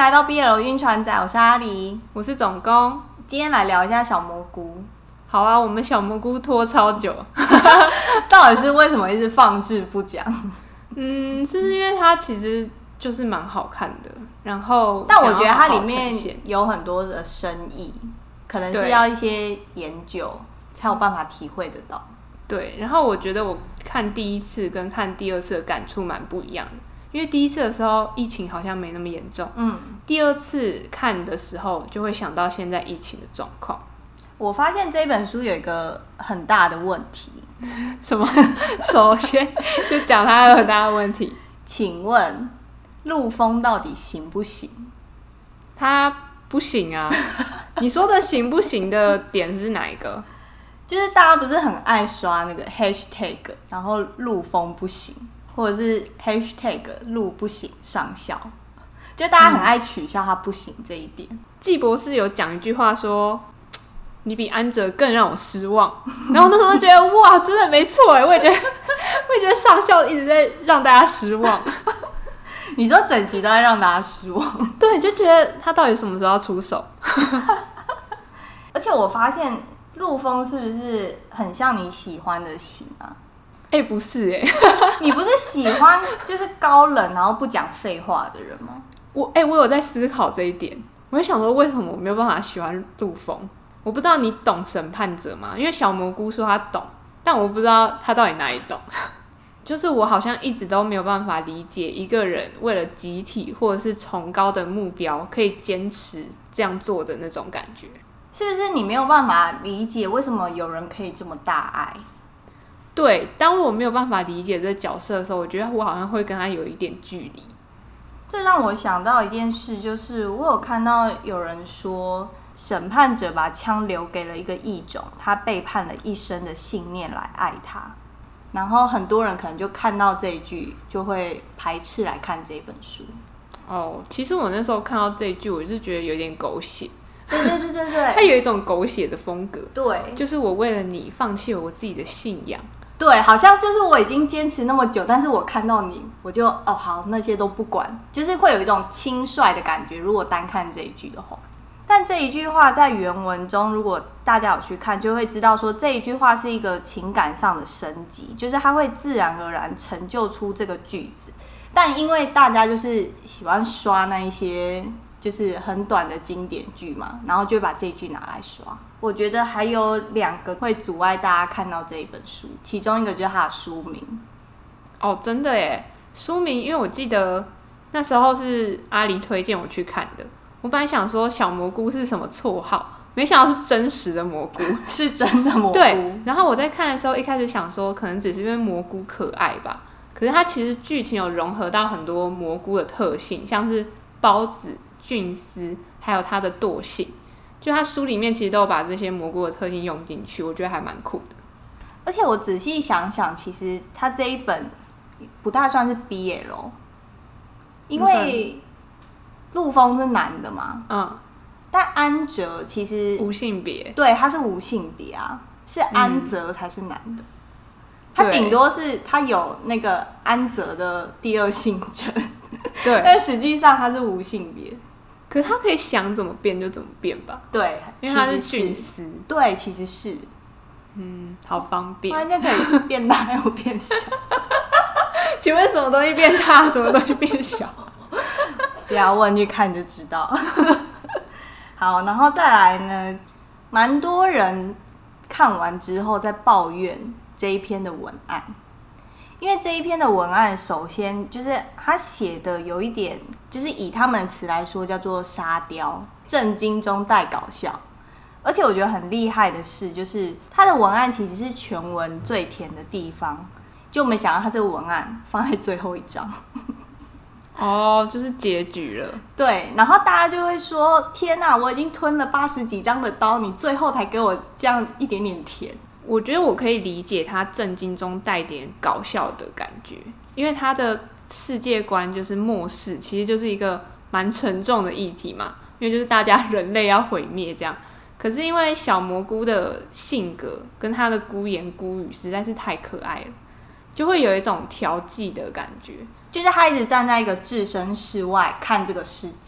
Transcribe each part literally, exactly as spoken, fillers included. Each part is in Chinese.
来到 B L 晕船仔，我是阿狸， 我是总工。 今天来聊一下小蘑菇。 好啊，我们小蘑菇拖超久， 到底是为什么一直放置不讲？ 嗯，是不是因为它其实就是蛮好看的？然后， 但我觉得它里面有很多的深意，可能是要一些研究才有办法体会得到。 对，然后我觉得我看第一次跟看第二次的感触蛮不一样的，因为第一次的时候疫情好像没那么严重，嗯，第二次看的时候就会想到现在疫情的状况。 我发现这本书有一个很大的问题， 什么？首先就讲它有很大的问题。 请问陆丰到底行不行？ 他不行啊！你说的行不行的点是哪一个？ 就是大家不是很爱刷那个 hashtag， 然后陆丰不行，或者是 hashtag 陆不行上校，就大家很爱取笑他不行这一点。 季博士有讲一句话说：“你比安哲更让我失望。”然后那时候就觉得哇，真的没错哎，我也觉得，我也觉得上校一直在让大家失望。 你说整集都在让大家失望， 对，就觉得他到底什么时候要出手？ 而且我发现陆丰是不是很像你喜欢的型啊？ 哎、欸，不是哎、欸， 你不是喜欢就是高冷然后不讲废话的人吗？ 我哎、欸，我有在思考这一点，我在想说为什么我没有办法喜欢陆丰？我不知道你懂审判者吗？因为小蘑菇说他懂，但我不知道他到底哪里懂。就是我好像一直都没有办法理解一个人为了集体或者是崇高的目标可以坚持这样做的那种感觉。 是不是你没有办法理解为什么有人可以这么大爱？ 对，当我没有办法理解这个角色的时候，我觉得我好像会跟他有一点距离。 这让我想到一件事，就是我有看到有人说审判者把枪留给了一个异种，他背叛了一生的信念来爱他。然后很多人可能就看到这一句就会排斥来看这本书。 哦，其实我那时候看到这一句，我是觉得有点狗血。 对对对对对， 它有一种狗血的风格。 对， 就是我为了你放弃了我自己的信仰。 对，好像就是我已经坚持那么久，但是我看到你，我就哦好，那些都不管，就是会有一种轻率的感觉。如果单看这一句的话。但这一句话在原文中，如果大家有去看，就会知道说这一句话是一个情感上的升级，就是它会自然而然成就出这个句子。但因为大家就是喜欢刷那一些就是很短的经典句嘛，然后就会把这一句拿来刷。我觉得还有两个会阻碍大家看到这一本书，其中一个就是它的书名。 哦，真的耶，书名，因为我记得那时候是阿狸推荐我去看的。我本来想说小蘑菇是什么绰号，没想到是真实的蘑菇， 是真的蘑菇。 对，然后我在看的时候，一开始想说可能只是因为蘑菇可爱吧，可是它其实剧情有融合到很多蘑菇的特性，像是孢子、菌丝，还有它的惰性。就它书里面其实都有把这些蘑菇的特性用进去，我觉得还蛮酷的。 而且我仔细想想，其实它这一本不大算是 B L， 因为陆丰是男的嘛，嗯，但安哲其实无性别， 对，他是无性别啊，是安哲才是男的，嗯、他顶多是他有那个安哲的第二性征， 对， 但实际上他是无性别。 可是他可以想怎么变就怎么变吧？ 对， 因为他是菌丝， 对，其实是， 嗯，好方便， 他应该可以变大又变小。 请问什么东西变大，什么东西变小？ 不要问，去看就知道。好，然后再来呢，蛮多人看完之后在抱怨这一篇的文案，因为这一篇的文案首先就是他写的有一点，就是以他们的词来说叫做沙雕，震惊中带搞笑。而且我觉得很厉害的是，就是他的文案其实是全文最甜的地方，就没想到他这个文案放在最后一章。 哦，就是结局了。 对，然后大家就会说：“天哪，我已经吞了八十几张的刀，你最后才给我这样一点点甜。” 我觉得我可以理解他震惊中带点搞笑的感觉，因为他的世界观就是末世，其实就是一个蛮沉重的议题嘛，因为就是大家人类要毁灭这样。可是因为小蘑菇的性格跟他的孤言孤语实在是太可爱了，就会有一种调剂的感觉。 就是他一直站在一个置身事外看这个世界，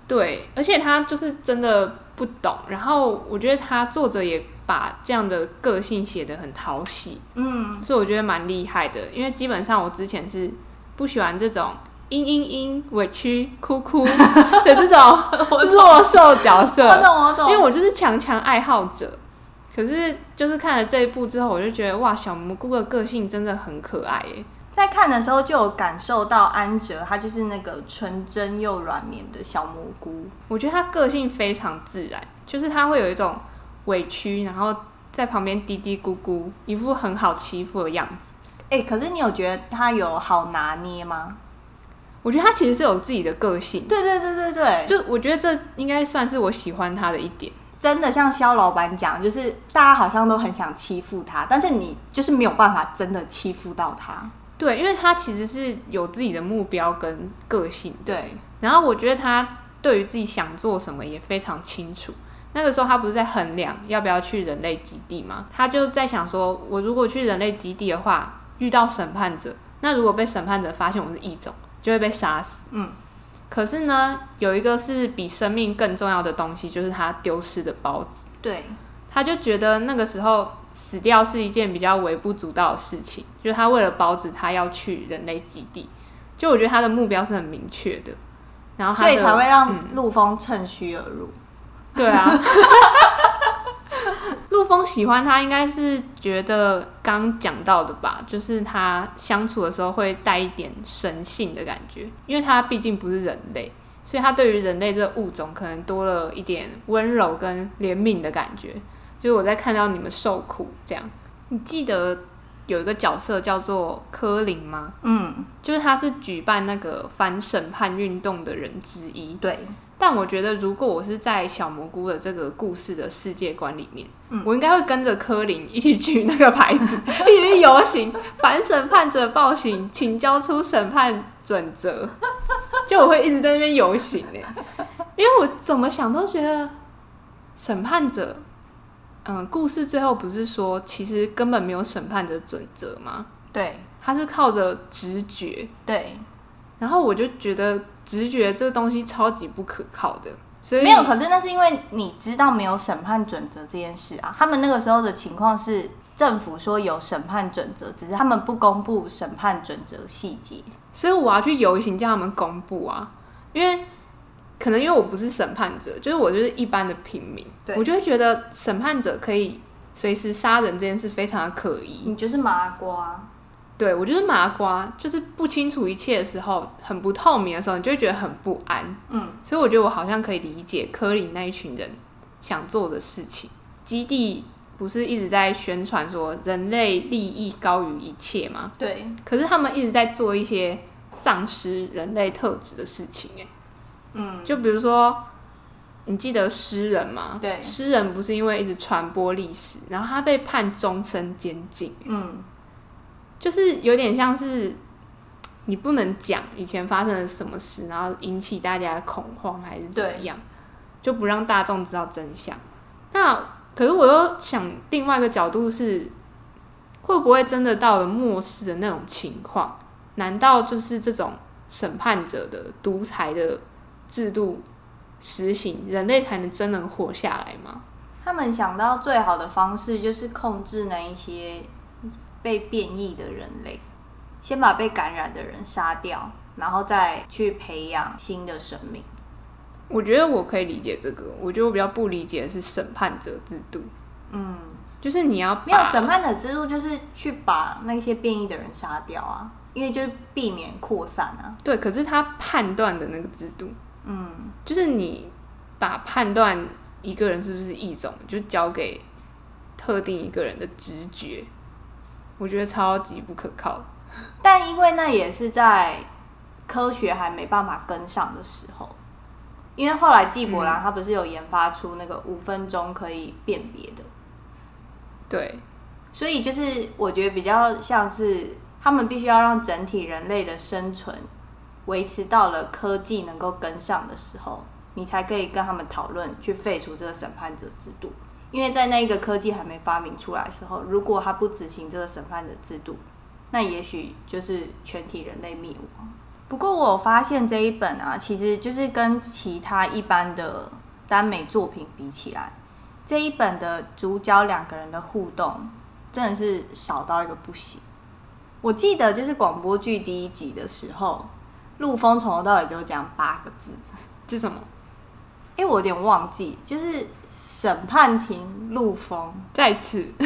对，而且他就是真的不懂，然后我觉得他作者也把这样的个性写得很讨喜， 嗯， 所以我觉得蛮厉害的。因为基本上我之前是不喜欢这种嘤嘤嘤、委屈、哭哭的这种弱受角色， 我懂我懂， 因为我就是强强爱好者。可是就是看了这一部之后，我就觉得哇，小蘑菇的个性真的很可爱耶。 在看的时候就有感受到安哲他就是那个纯真又软绵的小蘑菇， 我觉得他个性非常自然，就是他会有一种委屈，然后在旁边嘀嘀咕咕，一副很好欺负的样子。 哎、欸，可是你有觉得他有好拿捏吗？ 我觉得他其实是有自己的个性。 对对对对对， 就我觉得这应该算是我喜欢他的一点。 真的像肖老板讲，就是大家好像都很想欺负他，但是你就是没有办法真的欺负到他。 对，因为他其实是有自己的目标跟个性。 对， 然后我觉得他对于自己想做什么也非常清楚。那个时候他不是在衡量要不要去人类基地吗？他就在想说，我如果去人类基地的话，遇到审判者，那如果被审判者发现我是异种，就会被杀死。 嗯。 可是呢，有一个是比生命更重要的东西，就是他丢失的包子。 对， 他就觉得那个时候死掉是一件比较微不足道的事情，就是他为了包子，他要去人类基地。就我觉得他的目标是很明确的，然后他所以才会让陆枫趁虚而入。嗯、 对啊，陆枫喜欢他，应该是觉得刚讲到的吧，就是他相处的时候会带一点神性的感觉，因为他毕竟不是人类，所以他对于人类这个物种可能多了一点温柔跟怜悯的感觉。就是我在看到你们受苦这样。你记得有一个角色叫做柯林吗？ 嗯， 就是他是举办那个反审判运动的人之一。 对。 但我觉得，如果我是在小蘑菇的这个故事的世界观里面，嗯、我应该会跟着柯林一起举那个牌子，一起去游行，反审判者暴行，请交出审判准则。就我会一直在那边游行耶，因为我怎么想都觉得审判者，嗯，故事最后不是说其实根本没有审判的准则吗？ 对， 他是靠着直觉。 对。 然后我就觉得直觉这个东西超级不可靠的，所以没有。可是那是因为你知道没有审判准则这件事啊。他们那个时候的情况是，政府说有审判准则，只是他们不公布审判准则细节。 所以我要去游行叫他们公布啊，因为可能因为我不是审判者，就是我就是一般的平民，我就会觉得审判者可以随时杀人这件事非常的可疑。 你就是麻瓜。 对，我就是麻瓜，就是不清楚一切的时候，很不透明的时候，你就会觉得很不安。嗯，所以我觉得我好像可以理解柯林那一群人想做的事情。基地不是一直在宣传说人类利益高于一切吗？ 对。可是他们一直在做一些丧失人类特质的事情，哎，嗯，就比如说，你记得诗人吗？ 对， 诗人不是因为一直传播历史，然后他被判终身监禁。嗯。就是有点像是你不能讲以前发生了什么事，然后引起大家的恐慌还是怎么样，就不让大众知道真相。那可是我又想另外一个角度是，会不会真的到了末世的那种情况？难道就是这种审判者的独裁的制度实行，人类才能真能活下来吗？ 他们想到最好的方式就是控制那一些被变异的人类，先把被感染的人杀掉，然后再去培养新的生命。 我觉得我可以理解这个，我觉得我比较不理解的是审判者制度。嗯，就是你要没有审判者制度，就是去把那些变异的人杀掉啊，因为就是避免扩散啊。 对，可是他判断的那个制度，嗯，就是你把判断一个人是不是异种，就交给特定一个人的直觉。我觉得超级不可靠， 但因为那也是在科学还没办法跟上的时候，因为后来纪伯兰他不是有研发出那个五分钟可以辨别的， 对， 所以就是我觉得比较像是他们必须要让整体人类的生存维持到了科技能够跟上的时候，你才可以跟他们讨论去废除这个审判者制度。因为在那个科技还没发明出来的时候，如果他不执行这个审判的制度，那也许就是全体人类灭亡。 不过我有发现这一本啊，其实就是跟其他一般的耽美作品比起来，这一本的主角两个人的互动真的是少到一个不行。我记得就是广播剧第一集的时候，陆枫从头到尾就讲八个字， 是什么？ 哎、欸，我有点忘记，就是审判庭陆枫在此， 不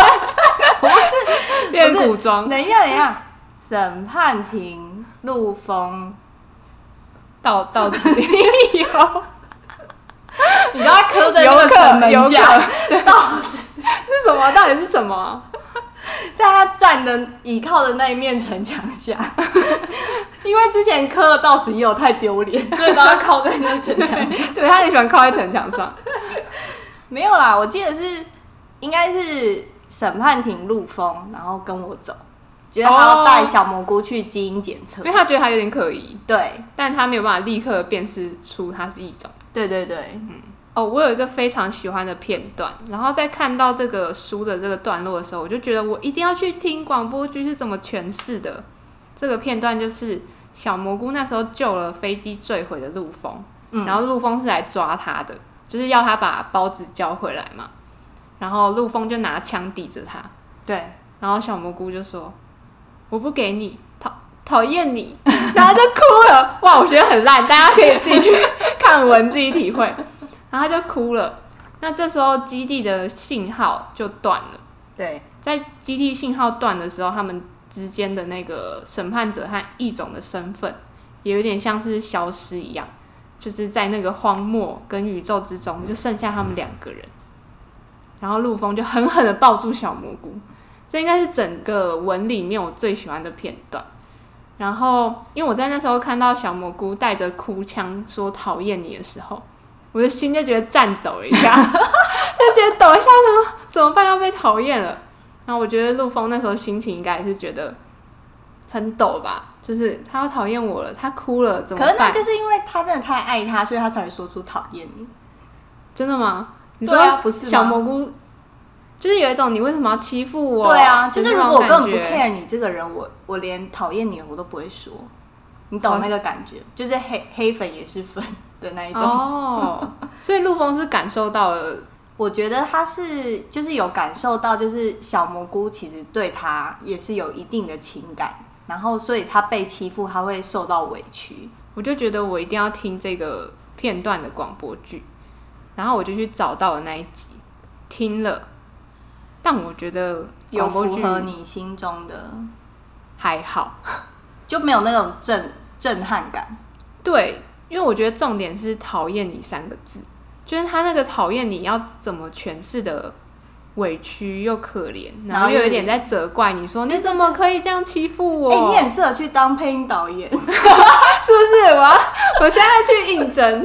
是变古装。 等一下，等一下，审判庭陆枫到到此以后， 你叫他刻在那个城门下，到是什么？到底是什么？ 在他站的倚靠的那一面城墙下，因为之前刻的到此一游太丢脸，所以把他靠在那个城墙上。 对，他很喜欢靠在城墙上。 没有啦，我记得是应该是审判庭陆枫，然后跟我走，觉得他要带小蘑菇去基因检测， 因为他觉得他有点可疑， 对， 但他没有办法立刻辨识出它是异种。 对对对， 嗯。哦，我有一个非常喜欢的片段，然后在看到这个书的这个段落的时候，我就觉得我一定要去听广播剧是怎么诠释的。这个片段就是小蘑菇那时候救了飞机坠毁的陆枫，嗯、然后陆枫是来抓他的，就是要他把包子交回来嘛。然后陆枫就拿枪抵着他， 对， 然后小蘑菇就说：“我不给你，讨讨厌你。”然后就哭了。哇，我觉得很烂，大家可以自己去看文自己体会。然后他就哭了。那这时候基地的信号就断了。 对， 在基地信号断的时候，他们之间的那个审判者和异种的身份，也有点像是消失一样，就是在那个荒漠跟宇宙之中，就剩下他们两个人。然后陆枫就狠狠的抱住小蘑菇，这应该是整个文里面我最喜欢的片段。然后，因为我在那时候看到小蘑菇带着哭腔说讨厌你的时候，我的心就觉得颤抖了一下，就觉得抖一下，什么怎么办？要被讨厌了。然后我觉得陆枫那时候心情应该也是觉得很抖吧，就是他要讨厌我了，他哭了，怎么办？ 可是那就是因为他真的太爱他，所以他才会说出讨厌你。 真的吗？你说不是小蘑菇，就是有一种你为什么要欺负我？ 对啊，就是如果我根本不 care 你这个人，我我连讨厌你我都不会说。你懂那个感觉？就是黑黑粉也是粉的那一种。 哦，所以陆枫是感受到了。 我觉得他是就是有感受到，就是小蘑菇其实对他也是有一定的情感，然后所以他被欺负他会受到委屈。 我就觉得我一定要听这个片段的广播剧，然后我就去找到了那一集听了，但我觉得有符合你心中的还好， 就没有那种震震撼感。 对，因为我觉得重点是讨厌你三个字。就是他那个讨厌你要怎么诠释的委屈又可怜，然后又有一点在责怪你说你怎么可以这样欺负我？ 哎、欸，你很适合去当配音导演，是不是？我要我现在去应征，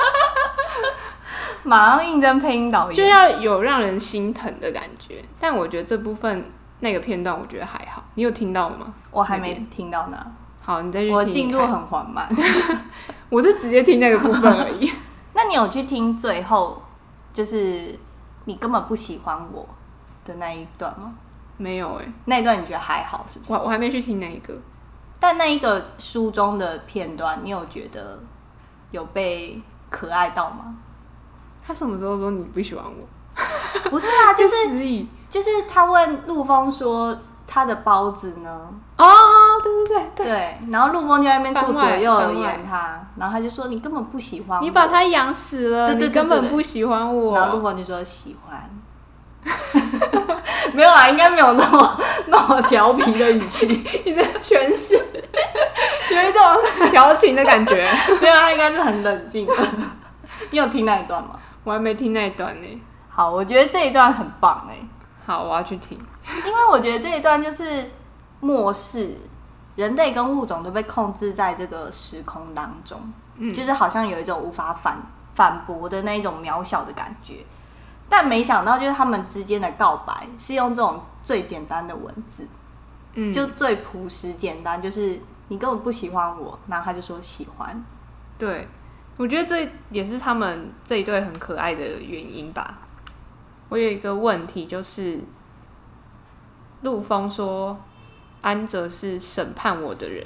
马上应征配音导演， 就要有让人心疼的感觉。但我觉得这部分那个片段，我觉得还好。你有听到吗？ 我还没听到呢。 好，你再去听。 我进度很缓慢， 我是直接听那个部分而已。 那你有去听最后，就是你根本不喜欢我的那一段吗？ 没有哎、欸， 那一段你觉得还好是不是？ 我我还没去听那一个。 但那一个书中的片段，你有觉得有被可爱到吗？ 他什么时候说你不喜欢我？ 不是啊，就是失就是他问陆枫说他的包子呢？ 哦，对对对对, 对，然后陆枫就在那边顾左右而言他，然后他就说你根本不喜欢我， 你把他养死了， 对对对对对， 你根本不喜欢我。 然后陆枫就说喜欢，没有啦，应该没有那么那么调皮的语气， 你的诠释有一种调情的感觉。 没有，他应该是很冷静的。你有听那一段吗？ 我还没听那一段呢。 好，我觉得这一段很棒哎。 好，我要去听， 因为我觉得这一段就是末世，人类跟物种都被控制在这个时空当中，嗯、就是好像有一种无法反反驳的那一种渺小的感觉。但没想到，就是他们之间的告白是用这种最简单的文字，嗯，就最朴实简单，就是你根本不喜欢我，然后他就说喜欢。 对，我觉得这也是他们这一对很可爱的原因吧。我有一个问题，就是陆枫说安哲是审判我的人，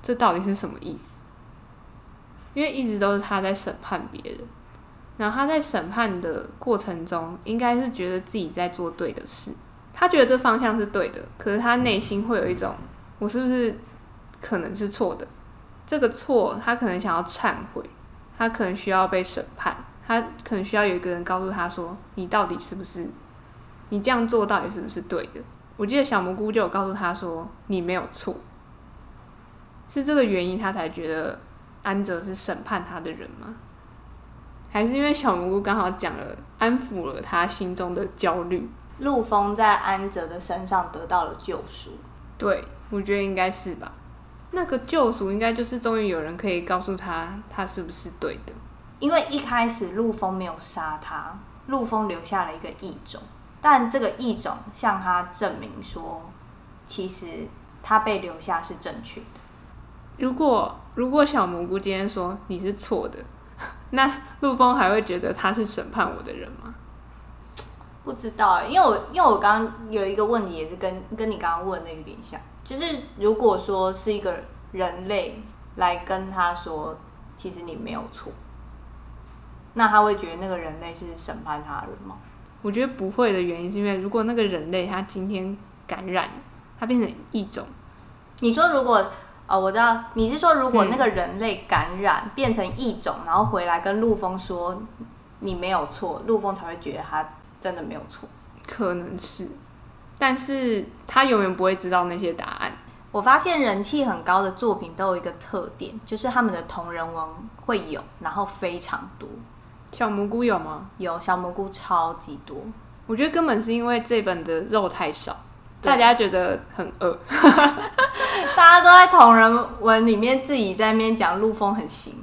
这到底是什么意思？因为一直都是他在审判别人，然后他在审判的过程中，应该是觉得自己在做对的事，他觉得这方向是对的，可是他内心会有一种，我是不是可能是错的？这个错，他可能想要忏悔，他可能需要被审判，他可能需要有一个人告诉他说，你到底是不是，你这样做到底是不是对的？我记得小蘑菇就有告诉他说，你没有错，是这个原因他才觉得安哲是审判他的人吗？还是因为小蘑菇刚好讲了，安抚了他心中的焦虑？ 陆枫在安哲的身上得到了救赎。 对，我觉得应该是吧。那个救赎应该就是终于有人可以告诉他，他是不是对的。 因为一开始陆枫没有杀他，陆枫留下了一个异种，但这个异种向他证明说，其实他被留下是正确的。 如果如果小蘑菇今天说你是错的，那陆枫还会觉得他是审判我的人吗？ 不知道、欸，因为我因为我刚刚有一个问题也是跟跟你刚刚问的有点像，就是如果说是一个人类来跟他说，其实你没有错，那他会觉得那个人类是审判他的人吗？ 我觉得不会的原因是因为，如果那个人类他今天感染，他变成异种， 你说如果哦，我知道你是说如果那个人类感染、嗯、变成异种，然后回来跟陆枫说你没有错，陆枫才会觉得他真的没有错。 可能是，但是他永远不会知道那些答案。 我发现人气很高的作品都有一个特点，就是他们的同人文会有，然后非常多。 小蘑菇有吗？ 有，小蘑菇超级多。 我觉得根本是因为这本的肉太少，大家觉得很饿。 大家都在同人文里面自己在那边讲陆枫很行。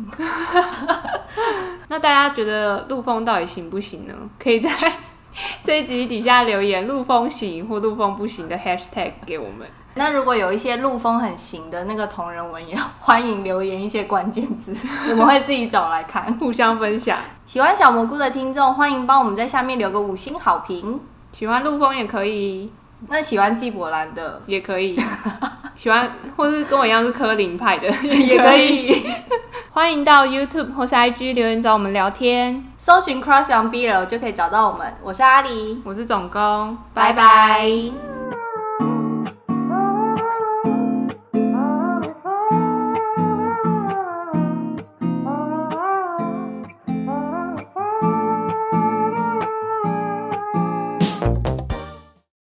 那大家觉得陆枫到底行不行呢？可以在这一集底下留言陆枫行或陆枫不行的 hashtag 给我们。 那如果有一些陆枫很行的那个同人文，也欢迎留言一些关键字，我们会自己找来看， 互相分享。 喜欢小蘑菇的听众，欢迎帮我们在下面留个五星好评。 喜欢陆枫也可以， 那喜欢纪伯兰的也可以，喜欢或是跟我一样是柯林派的也可以。 欢迎到 YouTube 或是 I G 留言找我们聊天， 搜寻 Crush on B L 就可以找到我们。我是阿狸， 我是总工， 拜拜。